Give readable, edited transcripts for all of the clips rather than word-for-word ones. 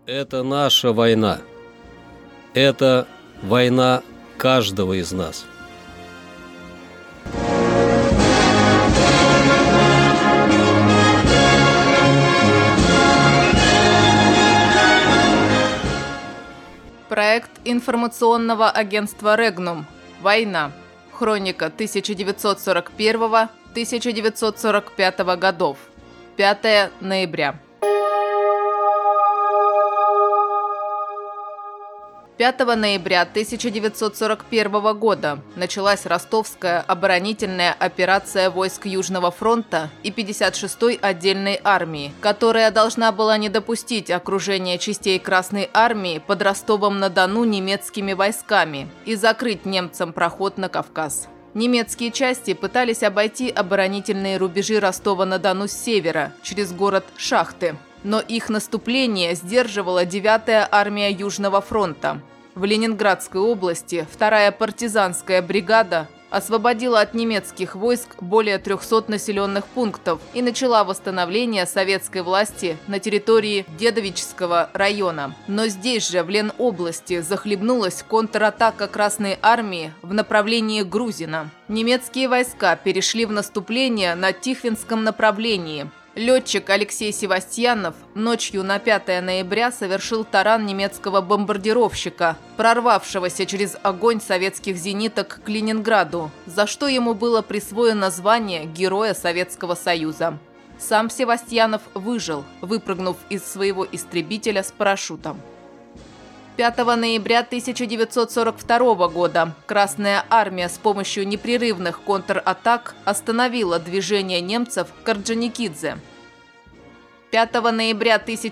Это наша война. Это война каждого из нас. Проект информационного агентства «Регнум. Война. Хроника 1941-1945 годов. 5 ноября. 5 ноября 1941 года началась Ростовская оборонительная операция войск Южного фронта и 56-й отдельной армии, которая должна была не допустить окружения частей Красной армии под Ростовом-на-Дону немецкими войсками и закрыть немцам проход на Кавказ. Немецкие части пытались обойти оборонительные рубежи Ростова-на-Дону с севера, через город Шахты. Но их наступление сдерживала 9-я армия Южного фронта. В Ленинградской области 2-я партизанская бригада освободила от немецких войск более 300 населенных пунктов и начала восстановление советской власти на территории Дедовического района. Но здесь же, в Ленобласти, захлебнулась контратака Красной армии в направлении Грузина. Немецкие войска перешли в наступление на Тихвинском направлении. Летчик Алексей Севастьянов ночью на 5 ноября совершил таран немецкого бомбардировщика, прорвавшегося через огонь советских зениток к Ленинграду, за что ему было присвоено звание Героя Советского Союза. Сам Севастьянов выжил, выпрыгнув из своего истребителя с парашютом. 5 ноября 1942 года Красная армия с помощью непрерывных контратак остановила движение немцев к Орджоникидзе. 5 ноября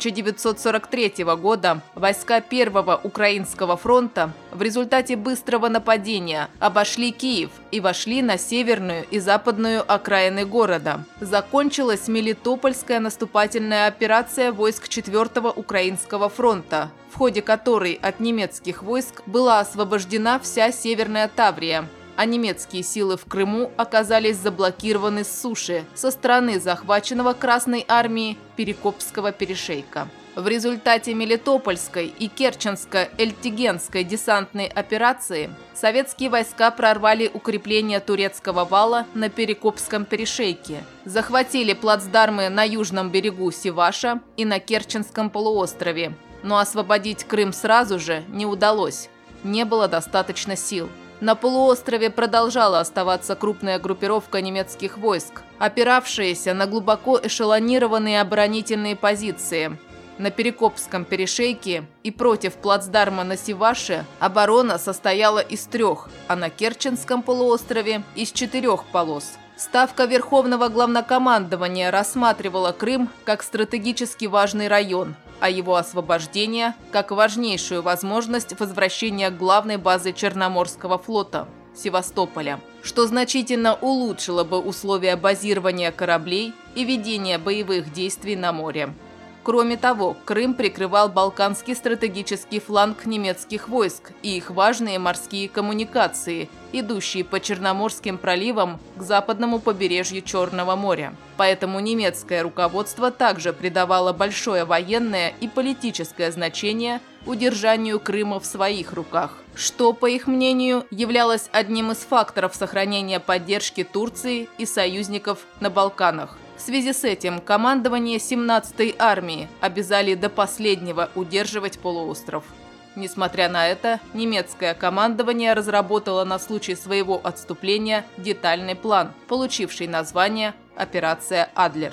1943 года войска Первого Украинского фронта в результате быстрого нападения обошли Киев и вошли на северную и западную окраины города. Закончилась Мелитопольская наступательная операция войск 4-го Украинского фронта, в ходе которой от немецких войск была освобождена вся Северная Таврия, а немецкие силы в Крыму оказались заблокированы с суши со стороны захваченного Красной армией Перекопского перешейка. В результате Мелитопольской и Керченско-Эльтигенской десантной операции советские войска прорвали укрепления турецкого вала на Перекопском перешейке, захватили плацдармы на южном берегу Севаша и на Керченском полуострове, но освободить Крым сразу же не удалось, не было достаточно сил. На полуострове продолжала оставаться крупная группировка немецких войск, опиравшаяся на глубоко эшелонированные оборонительные позиции. На Перекопском перешейке и против плацдарма на Севаше оборона состояла из 3, а на Керченском полуострове – из 4 полос. Ставка Верховного Главнокомандования рассматривала Крым как стратегически важный район, а его освобождение как важнейшую возможность возвращения к главной базе Черноморского флота – Севастополя, что значительно улучшило бы условия базирования кораблей и ведения боевых действий на море. Кроме того, Крым прикрывал Балканский стратегический фланг немецких войск и их важные морские коммуникации, идущие по Черноморским проливам к западному побережью Черного моря. Поэтому немецкое руководство также придавало большое военное и политическое значение удержанию Крыма в своих руках, что, по их мнению, являлось одним из факторов сохранения поддержки Турции и союзников на Балканах. В связи с этим командование 17-й армии обязали до последнего удерживать полуостров. Несмотря на это, немецкое командование разработало на случай своего отступления детальный план, получивший название «Операция Адлер».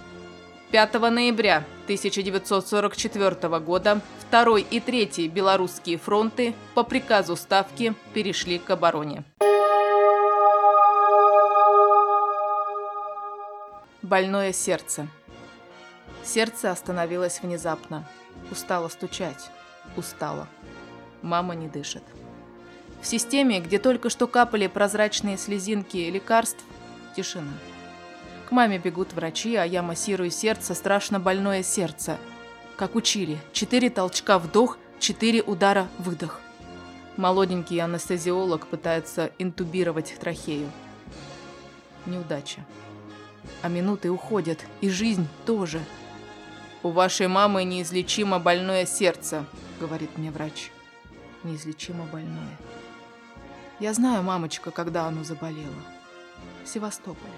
5 ноября 1944 года 2-й и 3-й белорусские фронты по приказу Ставки перешли к обороне. Больное сердце. Сердце остановилось внезапно. Устало стучать. Устало. Мама не дышит. В системе, где только что капали прозрачные слезинки лекарств, тишина. К маме бегут врачи, а я массирую сердце, страшно больное сердце. Как учили. 4 толчка вдох, 4 удара выдох. Молоденький анестезиолог пытается интубировать трахею. Неудача. А минуты уходят, и жизнь тоже. «У вашей мамы неизлечимо больное сердце», — говорит мне врач. Неизлечимо больное. Я знаю, мамочка, когда оно заболело. В Севастополе.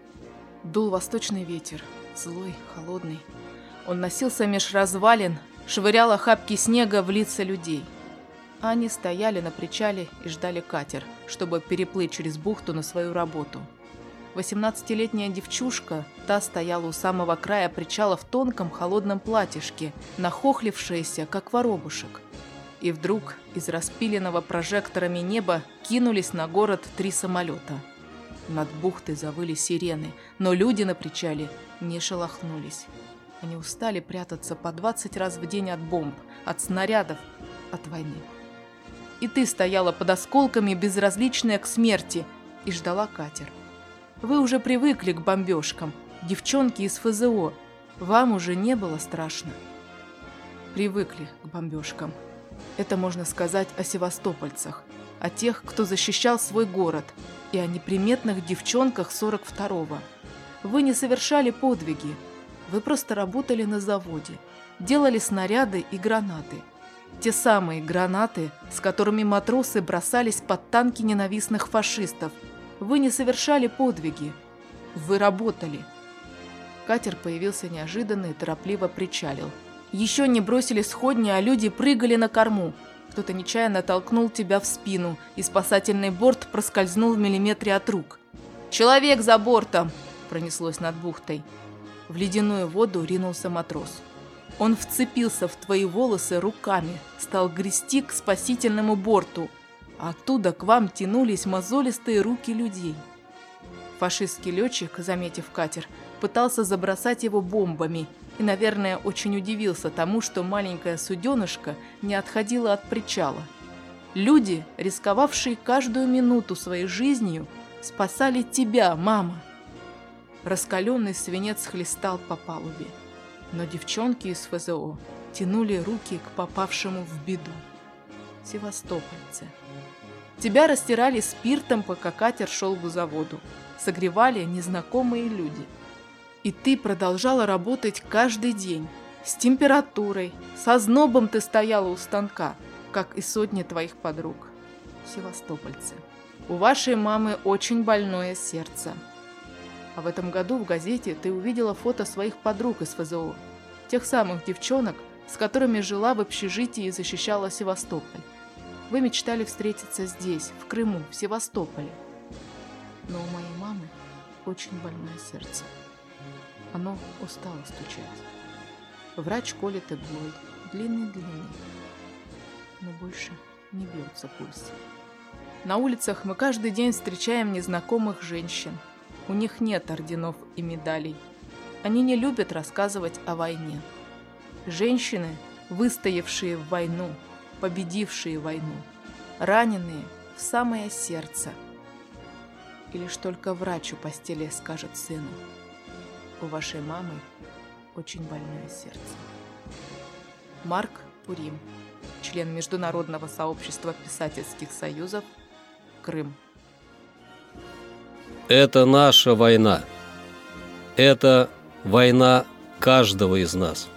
Дул восточный ветер, злой, холодный. Он носился меж развалин, швырял охапки снега в лица людей. А они стояли на причале и ждали катер, чтобы переплыть через бухту на свою работу. 18-летняя девчушка, та стояла у самого края причала в тонком холодном платьишке, нахохлившаяся, как воробушек. И вдруг из распиленного прожекторами неба кинулись на город 3 самолета. Над бухтой завыли сирены, но люди на причале не шелохнулись. Они устали прятаться по 20 раз в день от бомб, от снарядов, от войны. И ты стояла под осколками, безразличная к смерти, и ждала катер. Вы уже привыкли к бомбежкам, девчонки из ФЗО. Вам уже не было страшно. Привыкли к бомбежкам. Это можно сказать о севастопольцах, о тех, кто защищал свой город, и о неприметных девчонках 42-го. Вы не совершали подвиги. Вы просто работали на заводе, делали снаряды и гранаты. Те самые гранаты, с которыми матросы бросались под танки ненавистных фашистов. Вы не совершали подвиги. Вы работали. Катер появился неожиданно и торопливо причалил. Еще не бросили сходни, а люди прыгали на корму. Кто-то нечаянно толкнул тебя в спину, и спасательный борт проскользнул в миллиметре от рук. «Человек за бортом!» – пронеслось над бухтой. В ледяную воду ринулся матрос. Он вцепился в твои волосы руками, стал грести к спасительному борту. А оттуда к вам тянулись мозолистые руки людей. Фашистский летчик, заметив катер, пытался забросать его бомбами и, наверное, очень удивился тому, что маленькая суденышка не отходила от причала. Люди, рисковавшие каждую минуту своей жизнью, спасали тебя, мама. Раскаленный свинец хлестал по палубе, но девчонки из ФЗО тянули руки к попавшему в беду. Севастопольцы. Тебя растирали спиртом, пока катер шел к заводу. Согревали незнакомые люди. И ты продолжала работать каждый день. С температурой, со знобом ты стояла у станка, как и сотни твоих подруг. Севастопольцы. У вашей мамы очень больное сердце. А в этом году в газете ты увидела фото своих подруг из ФЗО. Тех самых девчонок, с которыми жила в общежитии и защищала Севастополь. Вы мечтали встретиться здесь, в Крыму, в Севастополе. Но у моей мамы очень больное сердце. Оно устало стучать. Врач колет иглой, длинный-длинный, но больше не бьется пульс. На улицах мы каждый день встречаем незнакомых женщин. У них нет орденов и медалей. Они не любят рассказывать о войне. Женщины, выстоявшие в войну, победившие войну, раненые в самое сердце. И лишь только врач у постели скажет сыну: у вашей мамы очень больное сердце. Марк Пурим, член Международного сообщества писательских союзов, Крым. Это наша война. Это война каждого из нас.